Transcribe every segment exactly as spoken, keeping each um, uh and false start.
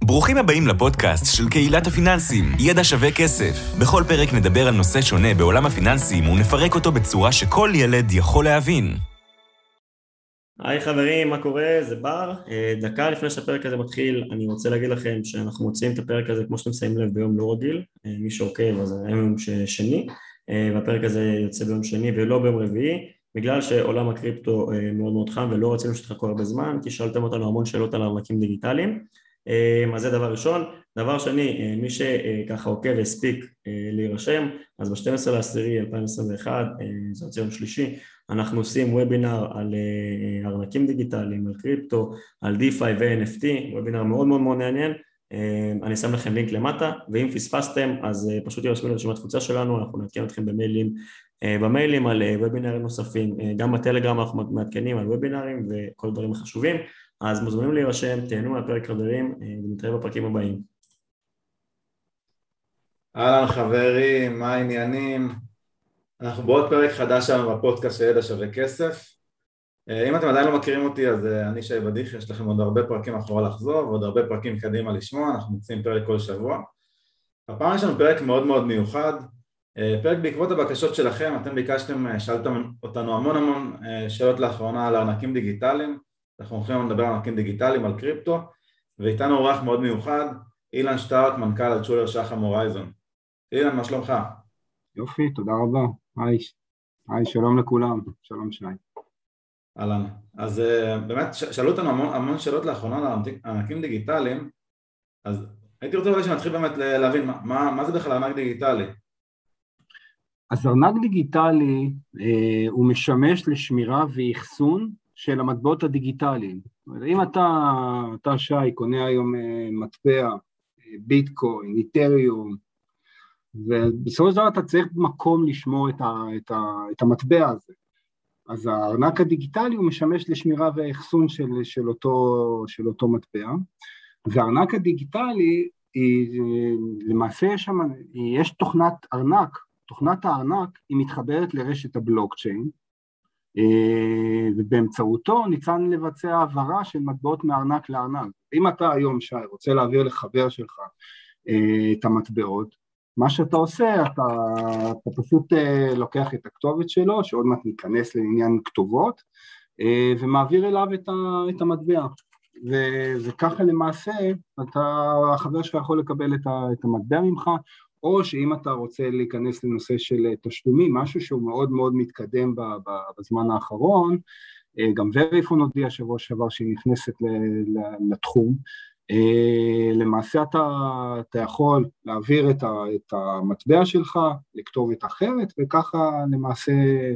ברוכים הבאים לפודקאסט של קהילת הפיננסים, ידע שווה כסף. בכל פרק נדבר על נושא שונה בעולם הפיננסים ונפרק אותו בצורה שכל ילד יכול להבין. היי חברים, מה קורה? זה בר. דקה לפני שהפרק הזה מתחיל, אני רוצה להגיד לכם שאנחנו מוצאים את הפרק הזה, כמו שאתם שמים לב, ביום לא רגיל. מי שעוקב, אז היום יום שני, והפרק הזה יוצא ביום שני ולא ביום רביעי, בגלל שעולם הקריפטו מאוד מאוד חם ולא רצינו שתחכו הרבה זמן, כי שאלתם אותנו המון שאלות על ארנקים דיגיטליים. אז זה דבר ראשון. דבר שני, מי שככה עוקב והספיק להירשם, אז ב-שנים עשר לעשירי אלפיים עשרים ואחת, זה יוצא יום שלישי, אנחנו עושים וובינר על ארנקים דיגיטליים, על קריפטו, על די-פיי ו-אן אף טי, וובינר מאוד מאוד מאוד מעניין. אני שם לכם לינק למטה, ואם פספסתם אז פשוט תירשמו לרשימת תפוצה שלנו, אנחנו נעדכן אתכם במיילים, במיילים על וובינרים נוספים, גם בטלגרם אנחנו מעדכנים על וובינרים וכל דברים החשובים, אז מוזמנים להירשם, תהנו מהפרק חברים, ונתראה בפרקים הבאים. אהלן חברים, מה העניינים? אנחנו בעוד פרק חדש שלנו בפודקאסט של ידע שווה כסף. אם אתם עדיין לא מכירים אותי, אז אני שי בדיח, יש לכם עוד הרבה פרקים אחורה לחזור, ועוד הרבה פרקים קדימה לשמוע, אנחנו מוצאים פרק כל שבוע. הפעם יש לנו פרק מאוד מאוד מיוחד, פרק בעקבות הבקשות שלכם, אתם ביקשתם, שאלתם אותנו המון המון שאלות לאחרונה על ארנקים דיגיטליים, אנחנו הולכים לדבר על ארנקים דיגיטליים, על קריפטו, ואיתנו אורח מאוד מיוחד, אילן שטארט, מנכ"ל אלטשולר שחם הורייזון. אילן, מה שלומך? יופי, תודה רבה. היי, היי, שלום לכולם, שלום שי. אהלן, אז באמת שאלו אותנו המון, המון שאלות לאחרונה על ארנקים דיגיטליים, אז הייתי רוצה אולי שנתחיל באמת להבין מה, מה, מה זה בכלל ארנק דיגיטלי? אז ארנק דיגיטלי אה, הוא משמש לשמירה ואחסון של המטבעות הדיגיטליים. אם אתה, אתה שי, קונה היום אה, מטבע, אה, ביטקוין, איתריום, ובסופו של דבר אתה צריך מקום לשמור את, ה, את, ה, את המטבע הזה. אז הארנק הדיגיטלי הוא משמש לשמירה ואחסון של, של, אותו, של אותו מטבע, והארנק הדיגיטלי, היא, למעשה יש, שם, יש תוכנת ארנק, תוכנת הארנק היא מתחברת לרשת הבלוקצ'יין, ובאמצעותו ניתן לבצע העברה של מטבעות מארנק לארנק. אם אתה היום שי רוצה להעביר לחבר שלך את המטבעות, מה שאתה עושה, אתה, אתה פשוט לוקח את הכתובת שלו, שעוד מעט ניכנס לעניין כתובות, ומעביר אליו את, ה, את המטבע. ו, וככה למעשה, אתה, החבר שלך יכול לקבל את, ה, את המטבע ממך, או שאם אתה רוצה להיכנס לנושא של תשלומים, משהו שהוא מאוד מאוד מתקדם בזמן האחרון, גם וריפון הודיע שבוע שעבר שהיא נכנסת לתחום, למעשה אתה, אתה יכול להעביר את, ה, את המטבע שלך לכתובת אחרת, וככה למעשה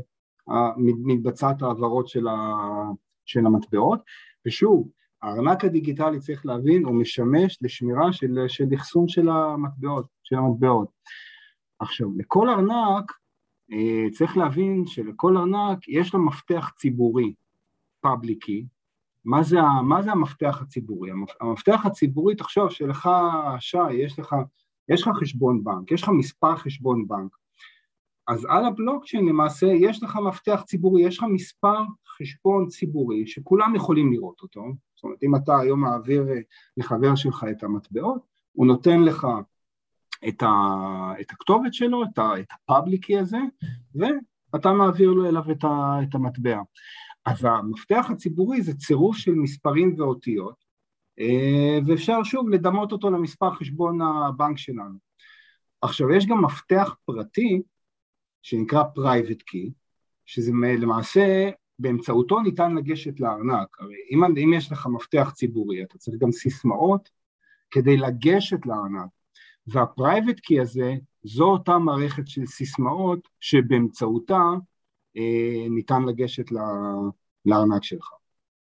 מתבצעת העברות של, ה, של המטבעות, ושוב, הארנק הדיגיטלי צריך להבין, הוא משמש לשמירה של, של אחסון של המטבעות, של המטבעות. עכשיו, לכל ארנק, צריך להבין שלכל ארנק יש לו מפתח ציבורי, פאבליקי. מה זה, מה זה המפתח הציבורי? המפתח הציבורי, תחשוב שלך, שי, יש לך, יש לך חשבון בנק, יש לך מספר חשבון בנק, אז על הבלוקצ'יין למעשה יש לך מפתח ציבורי, יש לך מספר חשבון ציבורי שכולם יכולים לראות אותו, זאת אומרת אם אתה היום מעביר לחבר שלך את המטבעות, הוא נותן לך את, ה, את הכתובת שלו, את, ה, את הפאבליקי הזה, ואתה מעביר לו אליו את, ה, את המטבע. אז המפתח הציבורי זה צירוף של מספרים ואותיות, ואפשר שוב לדמות אותו למספר חשבון הבנק שלנו. עכשיו יש גם מפתח פרטי, שנקרא private key, שזה למעשה באמצעותו ניתן לגשת לארנק. הרי אם, אם יש לך מפתח ציבורי, אתה צריך גם סיסמאות כדי לגשת לארנק, וה-private key הזה, זו אותה מערכת של סיסמאות שבאמצעותה אה, ניתן לגשת לארנק שלך.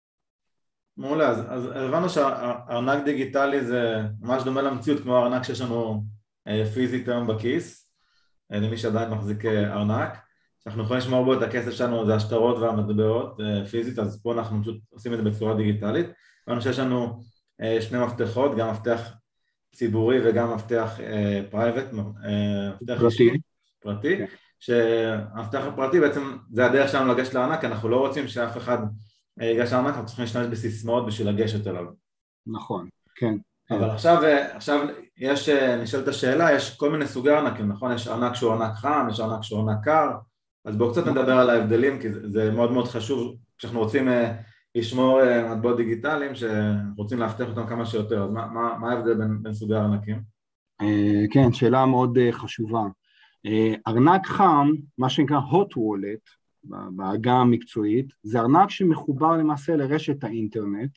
מעולה, אז, אז הבנו שהארנק דיגיטלי זה ממש דומה למציאות כמו הארנק שיש לנו אה, פיזית היום בכיס, למי שעדיין מחזיק ארנק, שאנחנו יכולים לשמור בו את הכסף שלנו, זה השטרות והמטבעות פיזית, אז פה אנחנו פשוט עושים את זה בצורה דיגיטלית. ואני חושב שיש לנו שני מפתחות, גם מפתח ציבורי וגם מפתח פרייבט, מפתח אישי, פרטי, שהמפתח הפרטי בעצם זה הדרך שלנו לגשת לארנק, אנחנו לא רוצים שאף אחד ייגש לארנק, אנחנו צריכים להשתמש בסיסמאות בשביל לגשת אליו. נכון, כן. אבל עכשיו, עכשיו יש, נשאלת השאלה, יש כל מיני סוגי ארנקים, נכון? יש ארנק שהוא ארנק חם, יש ארנק שהוא ארנק קר, אז בואו קצת נדבר על ההבדלים, כי זה, זה מאוד מאוד חשוב, כשאנחנו רוצים לשמור מטבעות דיגיטליים, שרוצים להבטיח אותם כמה שיותר, אז מה, מה, מה ההבדל בין, בין סוגי הארנקים? כן, שאלה מאוד חשובה. ארנק חם, מה שנקרא hot wallet, בעגה המקצועית, זה ארנק שמחובר למעשה לרשת האינטרנט,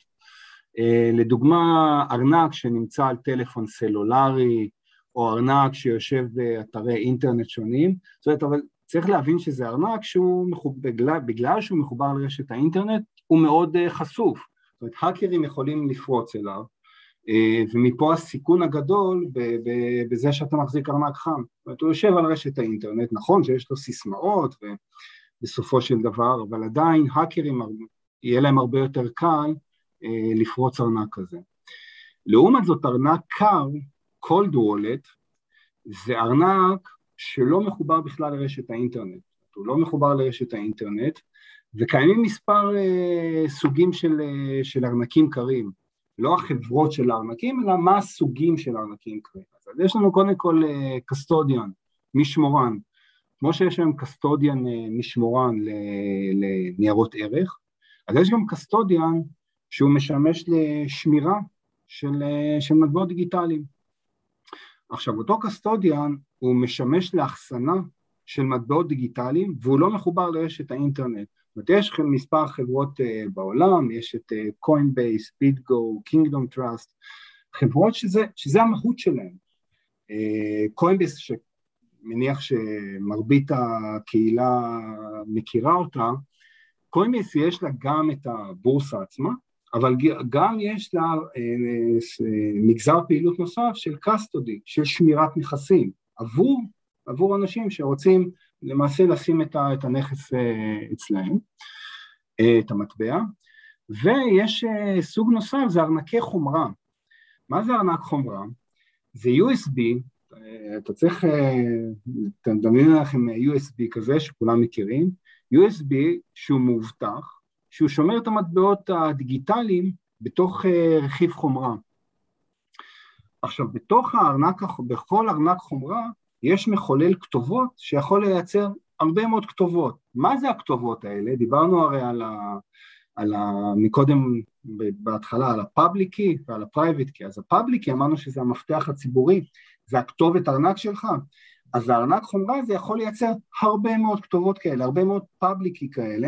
לדוגמה ארנק שנמצא על טלפון סלולרי, או ארנק שיושב באתרי אינטרנט שונים, זאת אומרת, אבל צריך להבין שזה ארנק שהוא מחובר, בגלל, בגלל שהוא מחובר לרשת האינטרנט, הוא מאוד חשוף, זאת אומרת, האקרים יכולים לפרוץ אליו, ומפה הסיכון הגדול בזה שאתה מחזיק ארנק חם, זאת אומרת, הוא יושב על רשת האינטרנט, נכון שיש לו סיסמאות בסופו של דבר, אבל עדיין האקרים יהיה להם הרבה יותר קל לפרוץ ארנק כזה. לעומת זאת ארנק קר, cold wallet, זה ארנק שלא מחובר בכלל לרשת האינטרנט, הוא לא מחובר לרשת האינטרנט, וקיימים מספר סוגים של, של ארנקים קרים, לא החברות של הארנקים, אלא מה הסוגים של הארנקים קרים. אז יש לנו קודם כל קסטודיאן, משמורן, כמו שיש היום קסטודיאן משמורן לניירות ערך, אז יש גם קסטודיאן שהוא משמש לשמירה של, של מטבעות דיגיטליים. עכשיו, אותו קסטודיאן הוא משמש לאחסנה של מטבעות דיגיטליים, והוא לא מחובר לרשת האינטרנט. זאת אומרת, יש מספר חברות uh, בעולם, יש את uh, Coinbase, BitGo, Kingdom Trust, חברות שזה, שזה המהות שלהן. Uh, Coinbase, שמניח שמרבית הקהילה מכירה אותה, Coinbase יש לה גם את הבורסה עצמה, אבל גם יש לה מגזר פעילות נוסף של קסטודי, של שמירת נכסים, עבור, עבור אנשים שרוצים למעשה לשים את הנכס אצלהם, את המטבע, ויש סוג נוסף, זה ארנקי חומרה. מה זה ארנק חומרה? זה יו אס בי, אתה צריך, תדמיינו לכם יו אס בי כזה שכולם מכירים, יו אס בי שהוא מאובטח, שהוא שומר את המטבעות הדיגיטליים בתוך רכיב חומרה. עכשיו, בתוך הארנק, בכל ארנק חומרה, יש מחולל כתובות שיכול לייצר הרבה מאוד כתובות. מה זה הכתובות האלה? דיברנו הרי על ה... על ה... מקודם בהתחלה על ה-public key ועל ה-private key. אז ה-public key אמרנו שזה המפתח הציבורי, זה הכתובת ארנק שלך. אז הארנק חומרה הזה יכול לייצר הרבה מאוד כתובות כאלה, הרבה מאוד public key כאלה,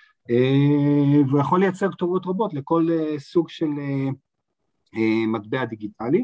והוא יכול לייצר כתובות רבות לכל סוג של מטבע דיגיטלי,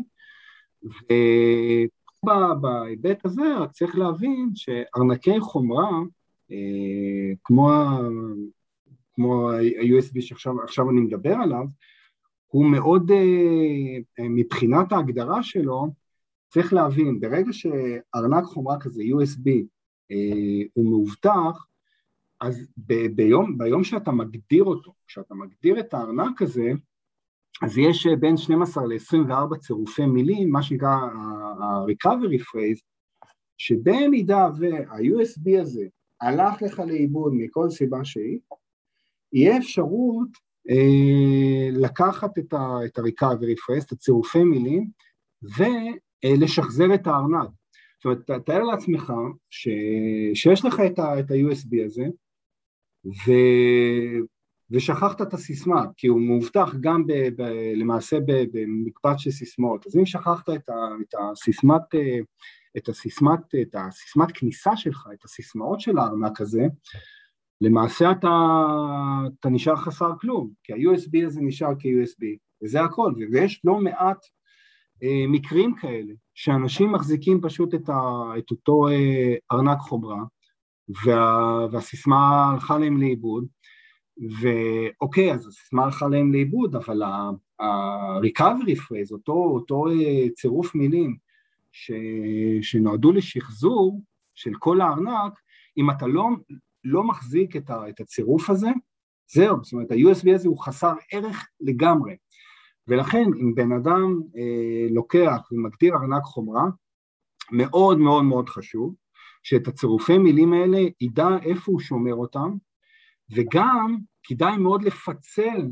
ובהיבט הזה רק צריך להבין שארנקי חומרה, כמו כמו ה-יו אס בי שעכשיו עכשיו אני מדבר עליו, הוא מאוד, מבחינת ההגדרה שלו, צריך להבין, ברגע שארנק חומרה כזה, יו אס בי, הוא מאובטח, אז ב- ביום, ביום שאתה מגדיר אותו, כשאתה מגדיר את הארנק הזה, אז יש בין שנים עשר ל-עשרים וארבע צירופי מילים, מה שנקרא ה-recovery phrase, שבמידה וה-יו אס בי הזה הלך לך לאיבוד מכל סיבה שהיא, יהיה אפשרות אה, לקחת את ה-recovery phrase, את הצירופי מילים, ולשחזר את הארנק. זאת אומרת, תאר לעצמך ש... שיש לך את ה-יו אס בי הזה, ו... ושכחת את הסיסמה, כי הוא מאובטח גם ב... ב... למעשה במקבץ של סיסמאות. אז אם שכחת את, ה... את הסיסמת, את הסיסמת, את הסיסמת כניסה שלך, את הסיסמאות של הארנק הזה, למעשה אתה, אתה נשאר חסר כלום, כי ה-יו אס בי הזה נשאר כ-יו אס בי, וזה הכל, ויש לא מעט אה, מקרים כאלה, שאנשים מחזיקים פשוט את, ה, את אותו אה, ארנק חומרה, וה, והסיסמה הלכה להם לאיבוד, ואוקיי, אז הסיסמה הלכה להם לאיבוד, אבל ה-recovery phrase, אותו, אותו אה, צירוף מילים, ש, שנועדו לשחזור של כל הארנק, אם אתה לא... לא מחזיק את, ה, את הצירוף הזה, זהו, זאת אומרת, ה-יו אס בי הזה הוא חסר ערך לגמרי, ולכן אם בן אדם אה, לוקח ומגדיר ארנק חומרה, מאוד מאוד מאוד חשוב, שאת הצירופי מילים האלה ידע איפה הוא שומר אותם, וגם כדאי מאוד לפצל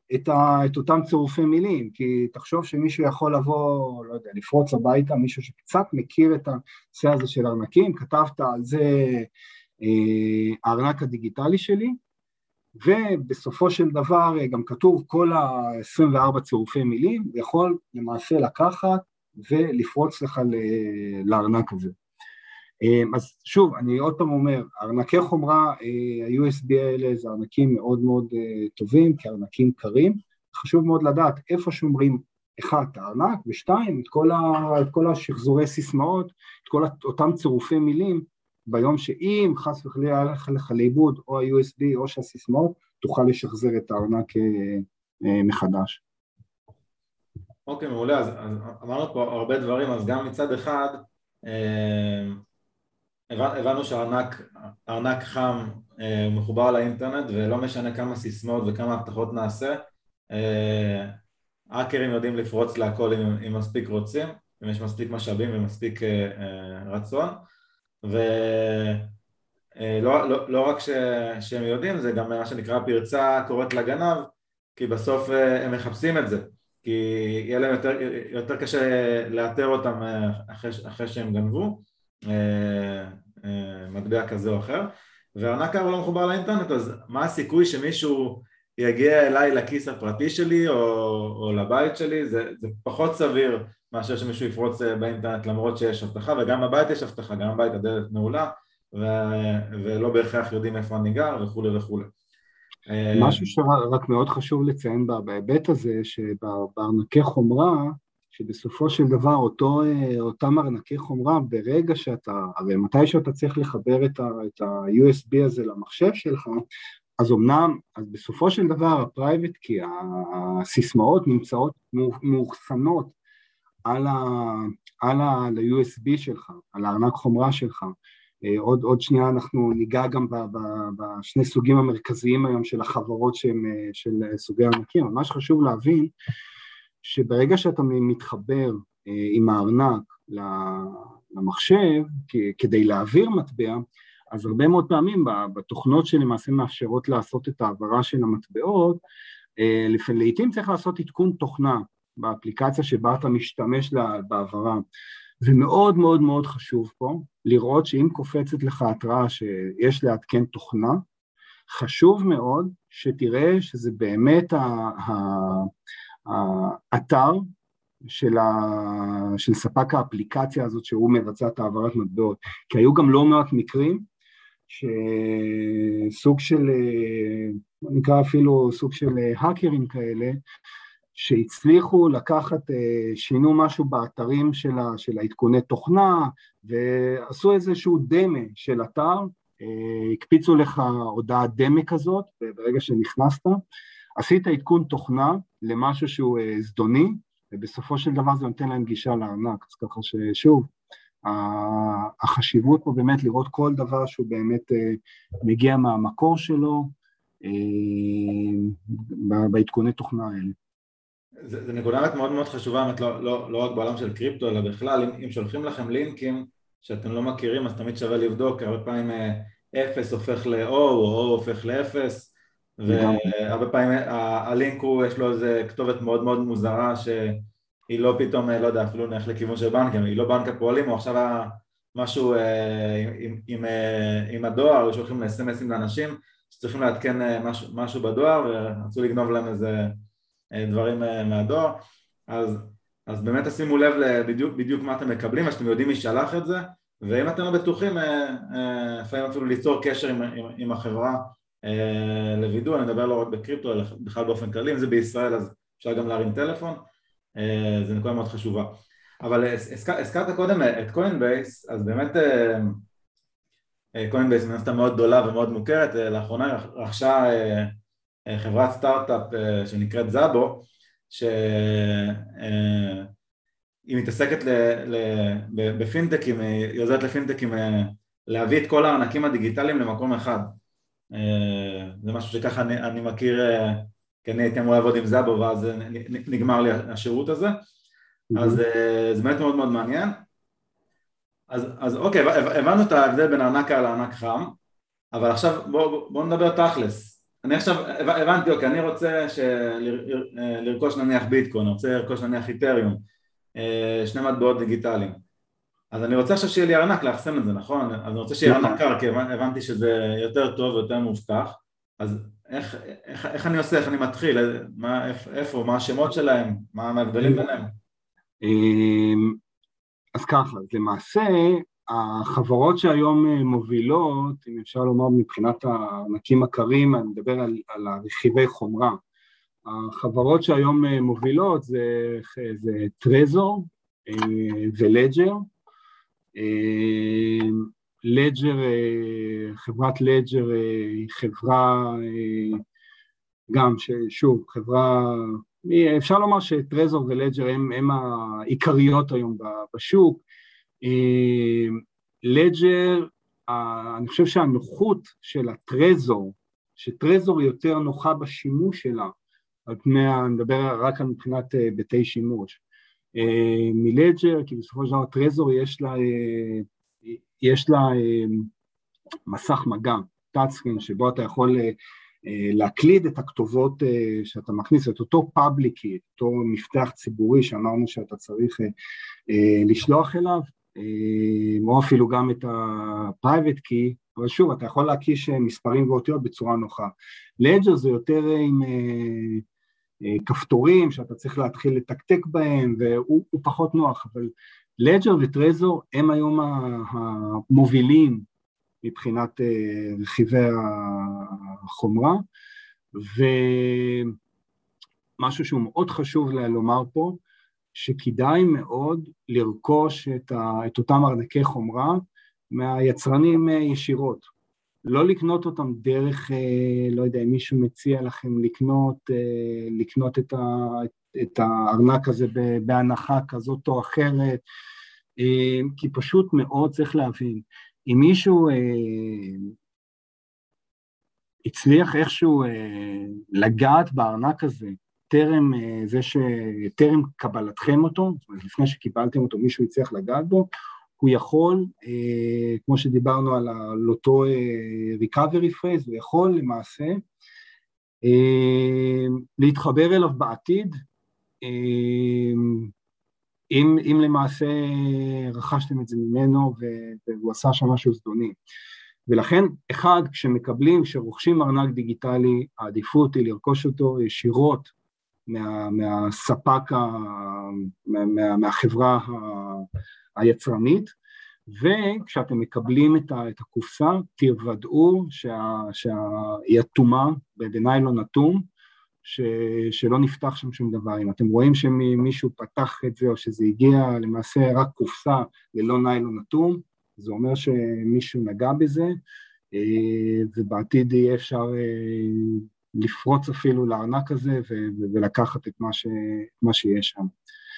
את, ה, את אותם צירופי מילים, כי תחשוב שמישהו יכול לבוא, לא יודע, לפרוץ הביתה, מישהו שקצת מכיר את הנושא הזה של ארנקים, כתבת על זה אה, הארנק הדיגיטלי שלי, ובסופו של דבר גם כתוב כל ה-עשרים וארבע צירופי מילים, יכול למעשה לקחת ולפרוץ לך לארנק הזה. אז שוב, אני עוד פעם אומר, ארנקי חומרה, ה-יו אס בי האלה זה ארנקים מאוד מאוד טובים, כארנקים קרים, חשוב מאוד לדעת איפה שומרים אחד, את הארנק, ושתיים, את כל, ה, את כל השחזורי סיסמאות, את כל אותם צירופי מילים, ביום שאם חס וחלילה הלך לך לאיבוד, או ה-יו אס בי או שהסיסמאות, תוכל לשחזר את הארנק מחדש. אוקיי, מעולה, אז, אז אמרנו פה הרבה דברים, אז גם מצד אחד, אה, הבנו שהארנק חם אה, מחובר לאינטרנט, ולא משנה כמה סיסמאות וכמה הבטחות נעשה, אה, האקרים יודעים לפרוץ להכל אם, אם מספיק רוצים, אם יש מספיק משאבים ומספיק אה, אה, רצון, ולא לא, לא רק ש, שהם יודעים, זה גם מה שנקרא פרצה קוראת לגנב, כי בסוף אה, הם מחפשים את זה, כי יהיה להם יותר, יותר קשה לאתר אותם אחרי, אחרי שהם גנבו, מטבע כזה או אחר, והארנק הוא לא מחובר לאינטרנט, אז מה הסיכוי שמישהו יגיע אליי לכיס הפרטי שלי או, או לבית שלי? זה, זה פחות סביר מאשר שמישהו יפרוץ באינטרנט, למרות שיש הבטחה, וגם בבית יש הבטחה, גם בבית הדלת נעולה, ו, ולא בהכרח יודעים איפה אני גר וכו' וכו'. משהו שרק מאוד חשוב לציין בהיבט הזה, שבארנקי חומרה, שבסופו של דבר אותו, אותם ארנקי חומרה, ברגע שאתה, הרי מתי שאתה צריך לחבר את ה-יו אס בי הזה למחשב שלך, אז אמנם, אז בסופו של דבר הפרייבט קי, הסיסמאות נמצאות מאוחסנות על ה-יו אס בי שלך, על הארנק חומרה שלך. עוד, עוד שנייה אנחנו ניגע גם בשני סוגים המרכזיים היום של החברות שהם, של סוגי הארנקים. ממש חשוב להבין שברגע שאתה מתחבר עם הארנק למחשב כדי להעביר מטבע, אז הרבה מאוד פעמים בתוכנות שלמעשה מאפשרות לעשות את העברה של המטבעות, לעתים צריך לעשות עדכון תוכנה באפליקציה שבה אתה משתמש בעברה. ומאוד מאוד מאוד חשוב פה לראות שאם קופצת לך התראה שיש לעדכן תוכנה, חשוב מאוד שתראה שזה באמת האתר של, ה... של ספק האפליקציה הזאת שהוא מבצע את העברת מטבעות, כי היו גם לא מעט מקרים שסוג של, נקרא אפילו סוג של האקרים כאלה, שהצליחו לקחת, שינו משהו באתרים של, ה... של העדכוני תוכנה, ועשו איזשהו דמה של אתר, הקפיצו לך הודעה דמה כזאת, וברגע שנכנסת, עשית עדכון תוכנה למשהו שהוא זדוני, ובסופו של דבר זה נותן להם גישה לארנק, אז ככה ששוב, החשיבות פה באמת לראות כל דבר שהוא באמת מגיע מהמקור שלו, בעדכוני תוכנה האלה. זה, זה נקודה מאוד מאוד חשובה, לא, לא, לא רק בעולם של קריפטו, אלא בכלל, אם, אם שולחים לכם לינקים שאתם לא מכירים, אז תמיד שווה לבדוק, הרבה פעמים אפס הופך ל-O, או O הופך ל-אפס, והרבה פעמים הלינק הוא, יש לו איזה כתובת מאוד מאוד מוזרה, שהיא לא פתאום, לא יודע, אפילו נלך לכיוון של בנקים, היא לא בנק הפועלים, או עכשיו משהו עם, עם, עם הדואר, שולחים אס אם אסים לאנשים, שצריכים לעדכן משהו, משהו בדואר, ורצו לגנוב להם איזה דברים מהדואר, אז, אז באמת תשימו לב בדיוק, בדיוק מה אתם מקבלים, שאתם יודעים מי שלח את זה, ואם אתם לא בטוחים, לפעמים אפילו ליצור קשר עם, עם, עם החברה לוידוא, אני מדבר לא רק בקריפטו, אלא בכלל באופן כללי, אם זה בישראל אז אפשר גם להרים טלפון, זה נקודה מאוד חשובה. אבל הזכרת קודם את קוינבייס, אז באמת קוינבייס מנסתה מאוד גדולה ומאוד מוכרת, לאחרונה רכשה חברת סטארט-אפ שנקראת זאבו, שהיא מתעסקת בפינטקים, היא עוזרת לפינטקים להביא את כל הארנקים הדיגיטליים למקום אחד. זה משהו שככה אני, אני מכיר, כי אני הייתי אמור לעבוד עם זאבו ואז נגמר לי השירות הזה, אז זה באמת מאוד מאוד מעניין. אז, אז אוקיי, הבנו את ההבדל בין ארנק לארנק חם, אבל עכשיו בואו בוא נדבר תכלס. אני עכשיו, הבנתי, אוקיי, אני רוצה לרכוש נניח ביטקוין, אני רוצה לרכוש נניח איתריום, שני מטבעות דיגיטליים. אז אני רוצה עכשיו שיהיה לי ארנק לאחסן את זה, נכון? אז אני רוצה שיהיה ארנק קר, כי הבנתי שזה יותר טוב ויותר מובטח. אז איך, איך, איך אני עושה, איך אני מתחיל, מה, איפה, מה השמות שלהם, מה ההבדלים ביניהם? אז ככה, למעשה, החברות שהיום מובילות, אם אפשר לומר מבחינת הארנקים הקרים, אני מדבר על, על הרכיבי חומרה. החברות שהיום מובילות זה, זה טרזור ולג'ר. לג'ר, חברת לג'ר היא חברה, גם ששוב, חברה, אפשר לומר שטרזור ולג'ר הם, הם העיקריות היום בשוק. לג'ר, אני חושב שהנוחות של הטרזור, שטרזור יותר נוחה בשימוש שלה, על פני, אני מדבר רק על מבחינת ביתי שימוש, מלג'ר, כי בסופו של דבר טרזור יש לה, יש לה מסך מגע, טאצ'סקרין, שבו אתה יכול להקליד את הכתובות שאתה מכניס, את אותו public key, אותו מפתח ציבורי שאמרנו שאתה צריך לשלוח אליו, או אפילו גם את ה-private key, אבל שוב, אתה יכול להקיש מספרים ואותיות בצורה נוחה. לג'ר זה יותר עם כפתורים שאתה צריך להתחיל לתקתק בהם, והוא פחות נוח, אבל לג'ר וטרזור הם היום המובילים מבחינת רכיבי החומרה, ומשהו שהוא מאוד חשוב לומר פה, שכדאי מאוד לרכוש את, ה, את אותם ארנקי חומרה מהיצרנים ישירות. לא לקנות אותם דרך, לא יודע, אם מישהו מציע לכם לקנות, לקנות את, ה, את הארנק הזה בהנחה כזאת או אחרת, כי פשוט מאוד צריך להבין, אם מישהו הצליח איכשהו לגעת בארנק הזה, טרם זה שטרם קבלתכם אותו, זאת אומרת, לפני שקיבלתם אותו, מישהו יצליח לגעת בו, הוא יכול, כמו שדיברנו על אותו recovery phrase, הוא יכול למעשה להתחבר אליו בעתיד, אם, אם למעשה רכשתם את זה ממנו והוא עשה שם משהו זדוני. ולכן, אחד, כשמקבלים, כשרוכשים ארנק דיגיטלי, העדיפות היא לרכוש אותו ישירות מה, מהספק, מה, מה, מהחברה ה... היצרנית, וכשאתם מקבלים את, ה, את הקופסה, תוודאו שה, שהיא אטומה, בניילון אטום, ש, שלא נפתח שם שום דבר. אם אתם רואים שמישהו פתח את זה, או שזה הגיע למעשה רק קופסה ללא ניילון אטום, זה אומר שמישהו נגע בזה, ובעתיד יהיה אפשר לפרוץ אפילו לארנק הזה, ולקחת את מה, ש, מה שיש שם.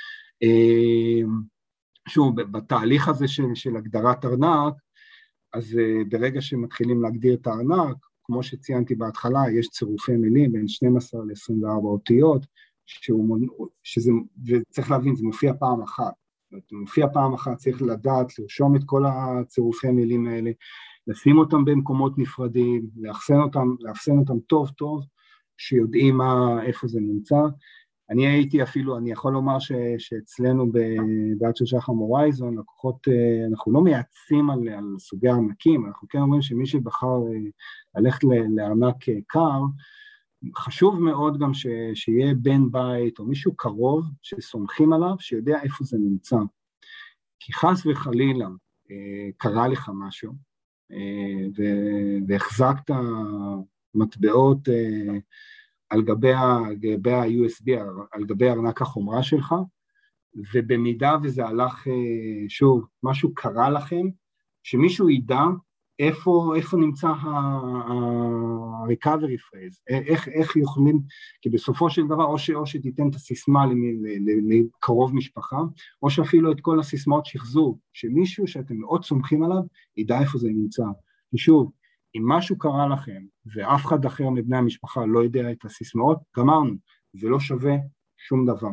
שוב, בתהליך הזה של, של הגדרת ארנק, אז ברגע שמתחילים להגדיר את הארנק, כמו שציינתי בהתחלה, יש צירופי מילים בין שתים עשרה ל-עשרים וארבע אותיות, שהוא, שזה, וצריך להבין, זה מופיע פעם אחת. זה מופיע פעם אחת, צריך לדעת, לרשום את כל הצירופי מילים האלה, לשים אותם במקומות נפרדים, לאחסן אותם, לאחסן אותם טוב טוב, שיודעים מה, איפה זה נמצא. אני הייתי אפילו, אני יכול לומר ש, שאצלנו בעד של שחם הורייזון, לקוחות, אנחנו לא מייעצים על, על סוגי הארנקים, אנחנו כן אומרים שמי שבחר ללכת לארנק קר, חשוב מאוד גם ש, שיהיה בן בית או מישהו קרוב שסומכים עליו, שיודע איפה זה נמצא. כי חס וחלילה קרה לך משהו, והחזקת מטבעות על גבי ה-יו אס בי, על גבי ארנק החומרה שלך, ובמידה וזה הלך, שוב, משהו קרה לכם, שמישהו ידע איפה, איפה נמצא ה-recovery phrase, איך, איך יכולים, כי בסופו של דבר, או, ש, או שתיתן את הסיסמה לקרוב משפחה, או שאפילו את כל הסיסמאות שחזור, שמישהו שאתם מאוד סומכים עליו, ידע איפה זה נמצא. כי שוב, אם משהו קרה לכם, ואף אחד אחר מבני המשפחה לא יודע את הסיסמאות, גמרנו, זה לא שווה שום דבר.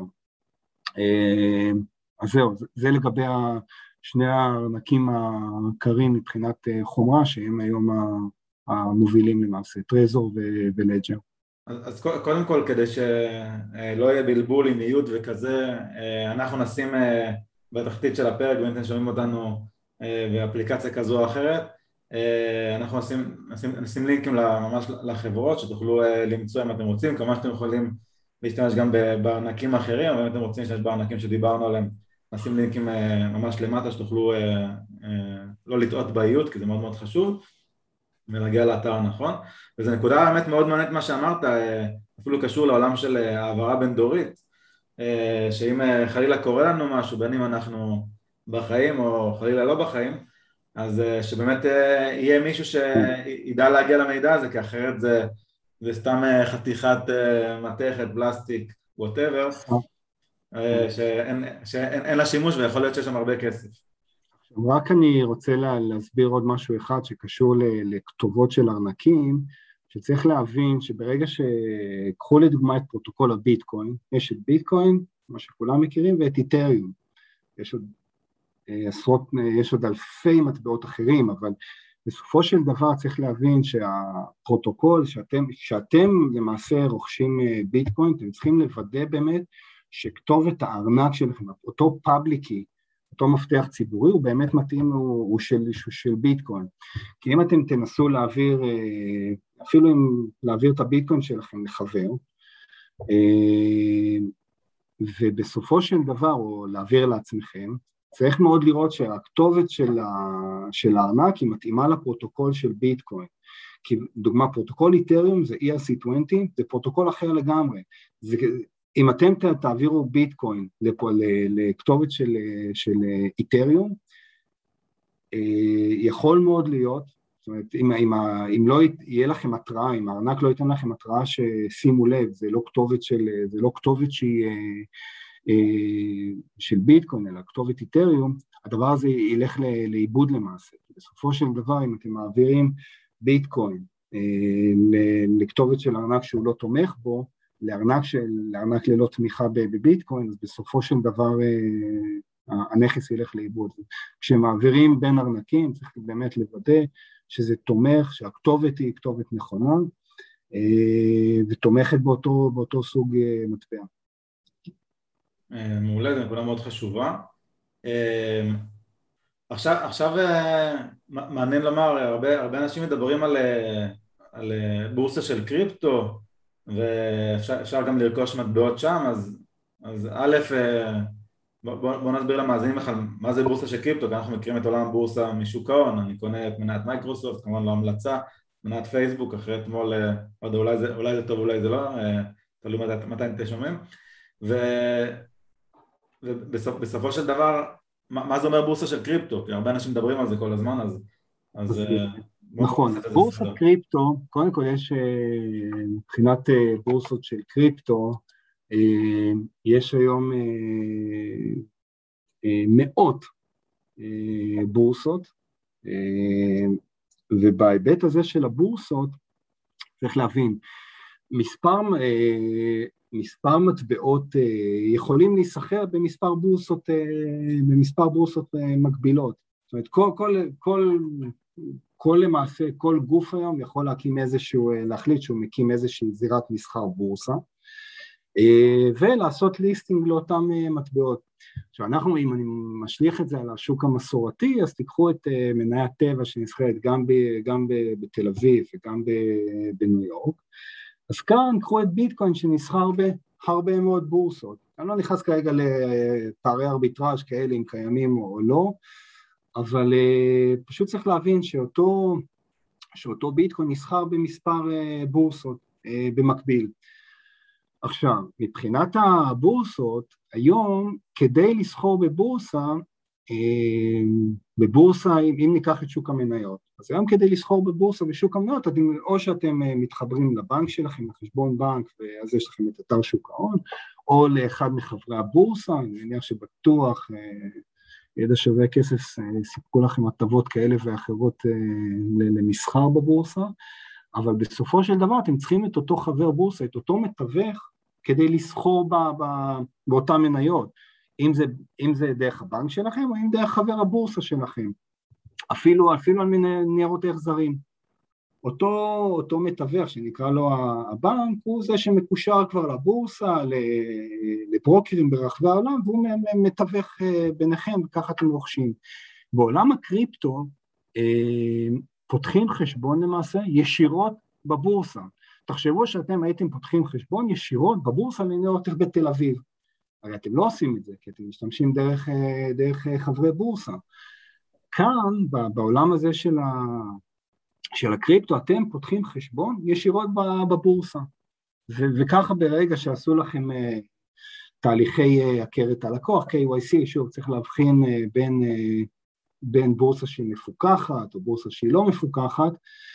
אז זהו, זה לגבי שני הארנקים הקרים מבחינת חומרה, שהם היום המובילים למעשה, טרזור ולג'ר. אז קודם כל, כדי שלא יהיה בלבול עם ניוד וכזה, אנחנו נשים בתחתית של הפרק, ואם אתם שומעים אותנו באפליקציה כזו או אחרת, אנחנו נשים, נשים, נשים לינקים ממש לחברות שתוכלו למצוא אם אתם רוצים, כמה שאתם יכולים להשתמש גם בארנקים אחרים, אבל אם אתם רוצים להשתמש בארנקים שדיברנו עליהם, נשים לינקים ממש למטה שתוכלו לא לטעות באיות, כי זה מאוד מאוד חשוב, ולהגיע לאתר הנכון. וזו נקודה באמת מאוד מעניינת מה שאמרת, אפילו קשור לעולם של העברה בין דורית, שאם חלילה קורה לנו משהו, בין אם אנחנו בחיים או חלילה לא בחיים, אז שבאמת יהיה מישהו שידע להגיע למידע הזה, כי אחרת זה, זה סתם חתיכת מתכת, פלסטיק, whatever, שאין, שאין, אין לה שימוש ויכול להיות שיש שם הרבה כסף. רק אני רוצה להסביר עוד משהו אחד שקשור לכתובות של ארנקים, שצריך להבין שברגע שקחו לדוגמה את פרוטוקול הביטקוין, יש את ביטקוין, מה שכולם מכירים, ואת איתריום. יש עוד עשרות, יש עוד אלפי מטבעות אחרים, אבל בסופו של דבר צריך להבין שהפרוטוקול, שאתם, שאתם למעשה רוכשים ביטקוין, אתם צריכים לוודא באמת שכתובת הארנק שלכם, אותו פאבליקי, אותו מפתח ציבורי, הוא באמת מתאים, הוא, הוא של, של ביטקוין. כי אם אתם תנסו להעביר, אפילו אם להעביר את הביטקוין שלכם לחבר, ובסופו של דבר, או להעביר לעצמכם, צריך מאוד לראות שהכתובת של, ה, של הארנק היא מתאימה לפרוטוקול של ביטקוין. כי דוגמה, פרוטוקול איתריום זה אי אר סי עשרים, זה פרוטוקול אחר לגמרי. זה, אם אתם תעבירו ביטקוין לכתובת של, של איתריום, יכול מאוד להיות, זאת אומרת, אם, אם, אם לא יהיה לכם התראה, אם הארנק לא ייתן לכם התראה ששימו לב, זה לא כתובת של, זה לא כתובת שהיא של ביטקוין, אלא כתובת איתריום, הדבר הזה ילך לאיבוד למעשה. בסופו של דבר, אם אתם מעבירים ביטקוין לכתובת של הארנק שהוא לא תומך בו, לארנק, של, לארנק ללא תמיכה בביטקוין, אז בסופו של דבר הנכס ילך לאיבוד. כשמעבירים בין ארנקים, צריך באמת לוודא שזה תומך, שהכתובת היא כתובת נכונה, ותומכת באותו, באותו סוג מטבע. מעולה, זו נקודה מאוד חשובה. עכשיו, עכשיו מעניין לומר, הרבה, הרבה אנשים מדברים על, על בורסה של קריפטו, ואפשר גם לרכוש מטבעות שם, אז, אז א', בוא, בוא נסביר למאזינים בכלל מה זה בורסה של קריפטו, כי אנחנו מכירים את עולם הבורסה משוק ההון, אני קונה את מניית מייקרוסופט, כמובן לא המלצה, מניית פייסבוק, אחרי אתמול, אולי זה, אולי זה טוב, אולי זה לא, תלוי מתי, מתי אתם שומעים, ו, ובסופו של דבר, מה, מה זה אומר בורסה של קריפטו? כי הרבה אנשים מדברים על זה כל הזמן, אז... אז נכון, בורסת קריפטו, קודם כל יש מבחינת בורסות של קריפטו, יש היום מאות בורסות, ובהיבט הזה של הבורסות, צריך להבין, מספר, מספר מטבעות יכולים להיסחר במספר בורסות, במספר בורסות מקבילות, זאת אומרת, כל, כל, כל, כל למעשה, כל גוף היום יכול להקים איזשהו, להחליט שהוא מקים איזושהי זירת מסחר בורסה, ולעשות ליסטינג לאותם מטבעות. עכשיו אנחנו, אם אני משליך את זה על השוק המסורתי, אז תיקחו את מניית טבע שנסחרת גם, ב, גם ב, בתל אביב וגם ב, בניו יורק, אז כאן קחו את ביטקוין שנסחר בהרבה מאוד בורסות. אני לא נכנס כרגע לפערי ארביטראז' כאלה אם קיימים או לא, אבל uh, פשוט צריך להבין שאותו, שאותו ביטקוין נסחר במספר uh, בורסות uh, במקביל. עכשיו, מבחינת הבורסות, היום כדי לסחור בבורסה, uh, בבורסה, אם, אם ניקח את שוק המניות, אז היום כדי לסחור בבורסה בשוק המניות, אתם, או שאתם uh, מתחברים לבנק שלכם, לחשבון בנק, ואז יש לכם את אתר שוק ההון, או לאחד מחברי הבורסה, אני מניח שבטוח... Uh, ידע שווה כסף, סיפקו לכם הטבות כאלה ואחרות למסחר בבורסה, אבל בסופו של דבר אתם צריכים את אותו חבר בורסה, את אותו מתווך, כדי לסחור באותן מניות, אם זה, אם זה דרך הבנק שלכם, או אם דרך חבר הבורסה שלכם, אפילו, אפילו על מיני ניירות החזרים, אותו, אותו מתווך שנקרא לו הבנק, הוא זה שמקושר כבר לבורסה, לברוקרים ברחבי העולם, והוא מתווך ביניכם, וככה אתם רוכשים. בעולם הקריפטו, פותחים חשבון למעשה ישירות בבורסה. תחשבו שאתם הייתם פותחים חשבון ישירות בבורסה לניירות ערך בתל אביב. הרי אתם לא עושים את זה, כי אתם משתמשים דרך, דרך חברי בורסה. כאן, בעולם הזה של, ה, של הקריפטו, אתם פותחים חשבון ישירות בבורסה. ו, וככה ברגע שעשו לכם תהליכי הכרת הלקוח, קיי וואי סי, שוב, צריך להבחין בין, בין בורסה שהיא מפוקחת, או בורסה שהיא לא מפוקחת,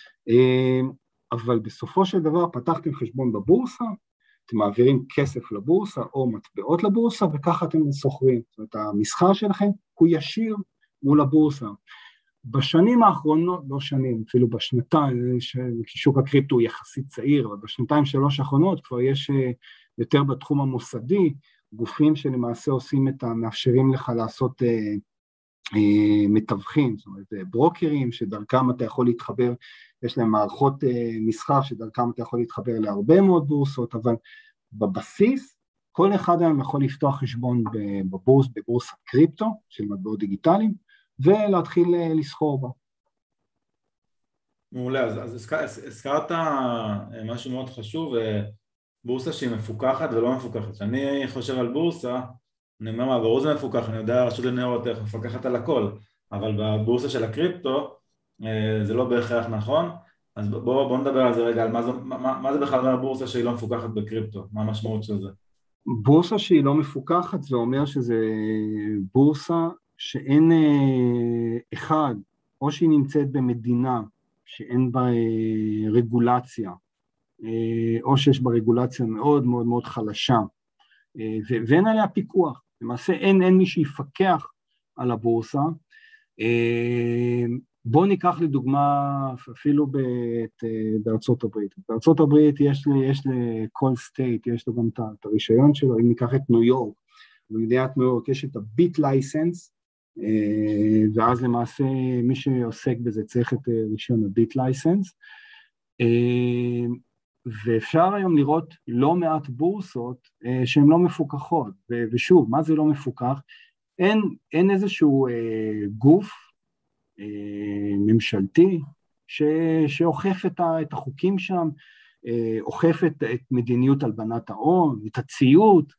אבל בסופו של דבר פתחתם חשבון בבורסה, אתם מעבירים כסף לבורסה או מטבעות לבורסה, וככה אתם סוחרים. זאת אומרת, המסחר שלכם הוא ישיר מול הבורסה. בשנים האחרונות, לא שנים, אפילו בשנתיים, שוק הקריפטו הוא יחסית צעיר, אבל בשנתיים שלוש האחרונות כבר יש יותר בתחום המוסדי, גופים שלמעשה עושים את המאפשרים לך לעשות אה, אה, מתווכים, זאת אומרת, ברוקרים שדרכם אתה יכול להתחבר, יש להם מערכות אה, מסחר שדרכם אתה יכול להתחבר להרבה מאוד בורסות, אבל בבסיס, כל אחד היום יכול לפתוח חשבון בבורס, בבורסת קריפטו של מטבעות דיגיטליים, ולהתחיל לסחור בה. מעולה, אז, אז הזכרת משהו מאוד חשוב, בורסה שהיא מפוקחת ולא מפוקחת. כשאני חושב על בורסה, אני אומר מה, ברור זה מפוקח, אני יודע, רשות לניירות ערך מפקחת על הכל, אבל בבורסה של הקריפטו, זה לא בהכרח נכון, אז בואו בוא נדבר על זה רגע, על מה זה, מה, מה זה בכלל הבורסה שהיא לא מפוקחת בקריפטו, מה המשמעות של זה? בורסה שהיא לא מפוקחת, זה אומר שזה בורסה שאין אחד, או שהיא נמצאת במדינה שאין בה רגולציה, או שיש בה רגולציה מאוד מאוד מאוד חלשה, ואין עליה פיקוח, למעשה אין, אין מי שיפקח על הבורסה. בואו ניקח לדוגמה אפילו בארצות הברית, בארצות הברית יש, יש לכל סטייט, יש לו גם את הרישיון שלו, אם ניקח את ניו יורק, במדינת ניו יורק יש את הביט לייסנס, ואז למעשה מי שעוסק בזה צריך את רישיון הביט לייסנס, ואפשר היום לראות לא מעט בורסות שהן לא מפוקחות, ושוב, מה זה לא מפוקח? אין, אין איזשהו גוף ממשלתי ש, שאוכף את, ה, את החוקים שם, אוכף את, את מדיניות הלבנת ההון, את הציות,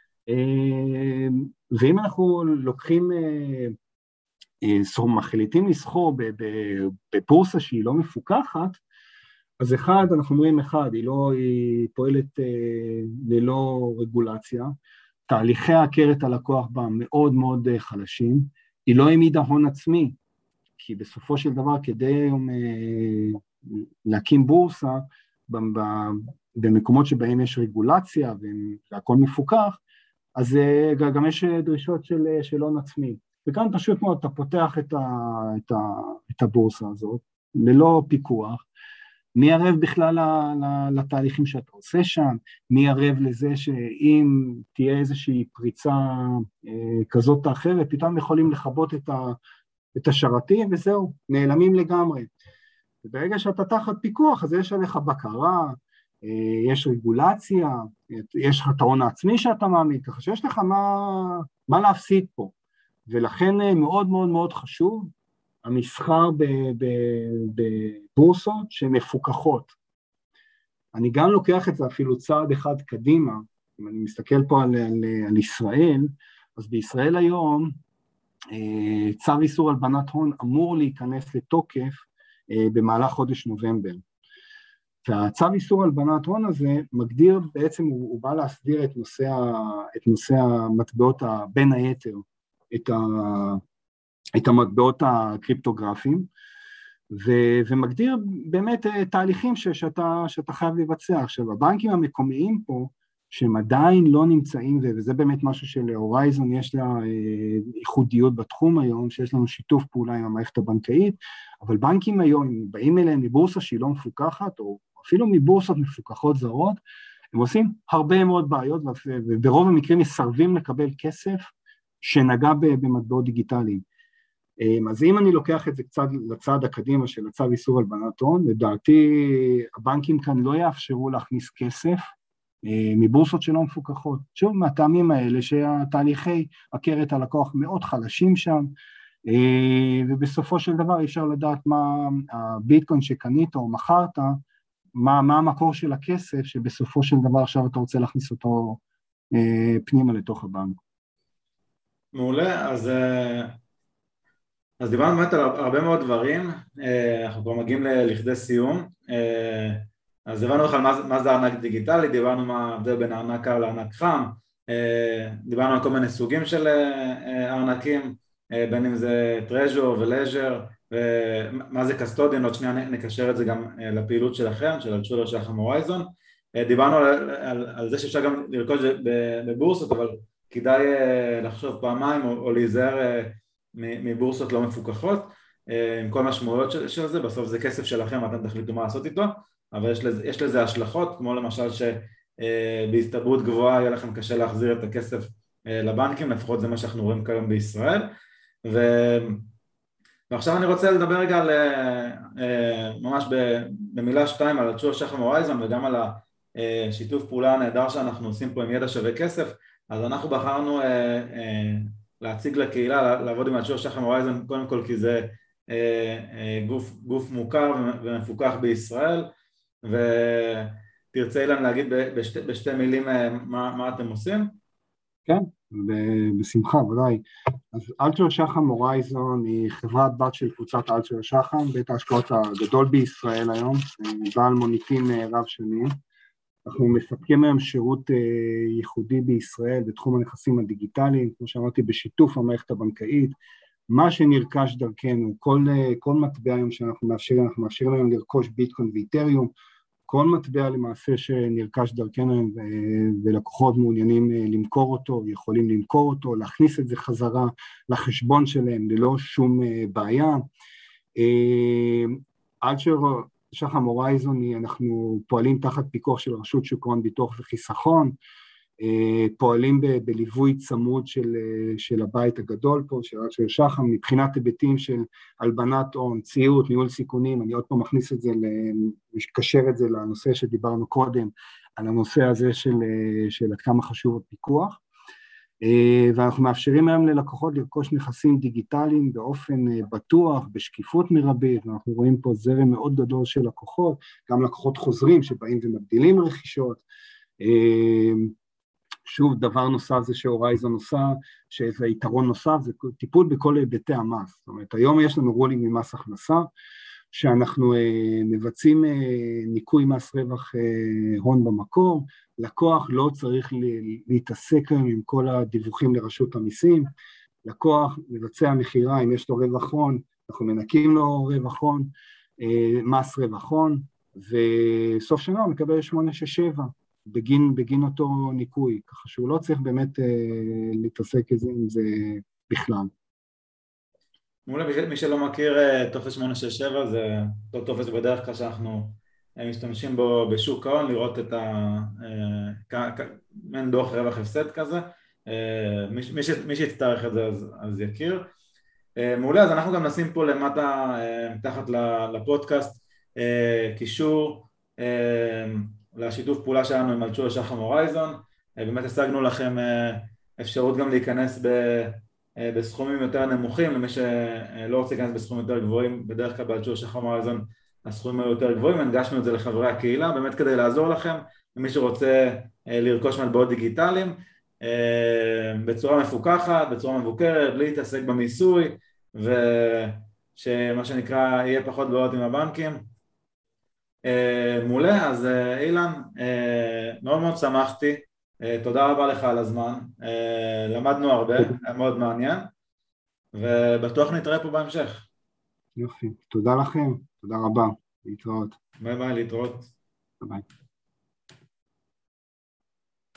ואם אנחנו לוקחים, מחליטים לסחור בבורסה שהיא לא מפוקחת, אז אחד, אנחנו אומרים אחד, היא, לא, היא פועלת ללא רגולציה, תהליכי הכרת הלקוח בה מאוד מאוד חלשים, היא לא העמידה הון עצמי, כי בסופו של דבר כדי להקים בורסה, במקומות שבהם יש רגולציה והכל מפוקח, אז גם יש דרישות של, של הון עצמי. וכאן פשוט מאוד אתה פותח את, ה, את, ה, את הבורסה הזאת, ללא פיקוח, מי ערב בכלל לתהליכים שאתה עושה שם, מי ערב לזה שאם תהיה איזושהי פריצה כזאת או אחרת, פתאום יכולים לחבות את, ה, את השרתים וזהו, נעלמים לגמרי. וברגע שאתה תחת פיקוח, אז יש עליך בקרה, יש רגולציה, יש לך את ההון העצמי שאתה מאמין, ככה שיש לך מה, מה להפסיד פה, ולכן מאוד מאוד מאוד חשוב, המסחר בבורסות שמפוקחות. אני גם לוקח את זה אפילו צעד אחד קדימה, אם אני מסתכל פה על, על, על ישראל, אז בישראל היום, צו איסור הלבנת הון אמור להיכנס לתוקף במהלך חודש נובמבר. והצו איסור הלבנת הון הזה מגדיר, בעצם הוא, הוא בא להסדיר את נושא, את נושא המטבעות בין היתר, את, ה, את המטבעות הקריפטוגרפיים, ו, ומגדיר באמת תהליכים ש, שאתה, שאתה חייב לבצע. עכשיו, הבנקים המקומיים פה, שהם עדיין לא נמצאים, וזה באמת משהו שלהורייזון יש לה ייחודיות בתחום היום, שיש לנו שיתוף פעולה עם המערכת הבנקאית, אבל בנקים היום באים אליהם מבורסה שהיא לא מפוקחת, או אפילו מבורסות מפוקחות זרות, הם עושים הרבה מאוד בעיות, וברוב המקרים מסרבים לקבל כסף שנגע במטבעות דיגיטליים. אז אם אני לוקח את זה קצת לצד הקדימה של הצו איסור הלבנת הון, לדעתי הבנקים כאן לא יאפשרו להכניס כסף מבורסות שלא מפוקחות. שוב, מהטעמים האלה שהתהליכי הכרת הלקוח מאוד חלשים שם, ובסופו של דבר אי אפשר לדעת מה הביטקוין שקנית או מכרת, מה, מה המקור של הכסף שבסופו של דבר עכשיו אתה רוצה להכניס אותו פנימה לתוך הבנק. מעולה, אז, אז דיברנו באמת על הרבה מאוד דברים, אנחנו כבר מגיעים לכדי סיום, אז דיברנו לך על מה, מה זה ארנק דיגיטלי, דיברנו מה ההבדל בין ארנק קר לארנק חם, דיברנו על כל מיני סוגים של ארנקים, בין אם זה טרז'ור ולז'ר, ומה זה קסטודיאן, עוד שנייה נקשר את זה גם לפעילות שלכם, של אלטשולר שחם הורייזון, דיברנו על, על, על זה שאפשר גם לרכוש בבורסות, אבל כדאי לחשוב פעמיים או, או להיזהר מבורסות לא מפוקחות, עם כל משמעויות של, של זה, בסוף זה כסף שלכם, אתם תחליטו מה לעשות איתו, אבל יש לזה, יש לזה השלכות, כמו למשל שבהסתברות גבוהה יהיה לכם קשה להחזיר את הכסף לבנקים, לפחות זה מה שאנחנו רואים כיום בישראל, ו... ועכשיו אני רוצה לדבר רגע על, ממש במילה שתיים על אלטשולר שחם הורייזון וגם על השיתוף פעולה הנהדר שאנחנו עושים פה עם ידע שווה כסף, אז אנחנו בחרנו להציג לקהילה, לעבוד עם אלטשולר שחם הורייזון קודם כל כי זה גוף, גוף מוכר ומפוקח בישראל, ותרצה אילן להגיד בשתי, בשתי מילים מה, מה אתם עושים? כן, בשמחה, ודאי. אז אלטשולר שחם הורייזון היא חברת בת של קבוצת אלטשולר שחם, בית ההשקעות הגדול בישראל היום, בעל מוניטין רב שנים. אנחנו מספקים היום שירות ייחודי בישראל בתחום הנכסים הדיגיטליים, כמו שאמרתי, בשיתוף המערכת הבנקאית, מה שנרכש דרכנו, כל, כל מטבע היום שאנחנו מאפשרים, אנחנו מאפשרים היום לרכוש ביטקוין ואיתריום, כל מטבע למעשה שנרכש דרכנו ולקוחות מעוניינים למכור אותו, יכולים למכור אותו, להכניס את זה חזרה לחשבון שלהם ללא שום בעיה. אלטשולר שחם הורייזון, אנחנו פועלים תחת פיקוח של רשות שוק ההון ביטוח וחיסכון, פועלים ב- בליווי צמוד של, של הבית הגדול פה, של אלטשולר שחם, מבחינת היבטים של הלבנת הון, ציות, ניהול סיכונים, אני עוד פעם מכניס את זה, מקשר את זה לנושא שדיברנו קודם, על הנושא הזה של, של עד כמה חשוב הפיקוח, ואנחנו מאפשרים היום ללקוחות לרכוש נכסים דיגיטליים באופן בטוח, בשקיפות מרבית, ואנחנו רואים פה זרם מאוד גדול של לקוחות, גם לקוחות חוזרים שבאים ומגדילים רכישות, שוב, דבר נוסף זה שהורייזון עושה, שזה יתרון נוסף, זה טיפול בכל היבטי המס. זאת אומרת, היום יש לנו רולינג ממס הכנסה, שאנחנו אה, מבצעים אה, ניקוי מס רווח אה, הון במקור, לקוח לא צריך להתעסק עם כל הדיווחים לרשות המיסים, לקוח מבצע מחירה, אם יש לו רווח הון, אנחנו מנקים לו רווח הון, אה, מס רווח הון, וסוף שנה הוא מקבל שמונה שש שבע. בגין, בגין אותו ניקוי, ככה שהוא לא צריך באמת אה, להתעסק עם זה בכלל. מעולה, מי שלא מכיר אה, טופס שמונה שש שבע, זה אותו טופס בדרך כלל שאנחנו אה, משתמשים בו בשוק ההון, לראות את ה... אה, מעין דוח רווח הפסד כזה, אה, מי, מי, ש, מי שיצטרך את זה אז, אז יכיר. אה, מעולה, אז אנחנו גם נשים פה למטה, אה, מתחת לפודקאסט, אה, קישור, אה, לשיתוף פעולה שלנו עם אלטשולר שחם הורייזון, באמת השגנו לכם אפשרות גם להיכנס בסכומים יותר נמוכים, למי שלא רוצה להיכנס בסכומים יותר גבוהים, בדרך כלל באלטשולר שחם הורייזון הסכומים היו יותר גבוהים, הנגשנו את זה לחברי הקהילה, באמת כדי לעזור לכם, למי שרוצה לרכוש מטבעות דיגיטליים, בצורה מפוקחת, בצורה מבוקרת, בלי להתעסק במיסוי, ושמה שנקרא יהיה פחות בעיות עם הבנקים. מעולה, אז אילן, מאוד מאוד שמחתי, תודה רבה לך על הזמן, למדנו הרבה, היה מאוד מעניין, ובטוח נתראה פה בהמשך. יופי, תודה לכם, תודה רבה, להתראות. ביי ביי, להתראות. ביי.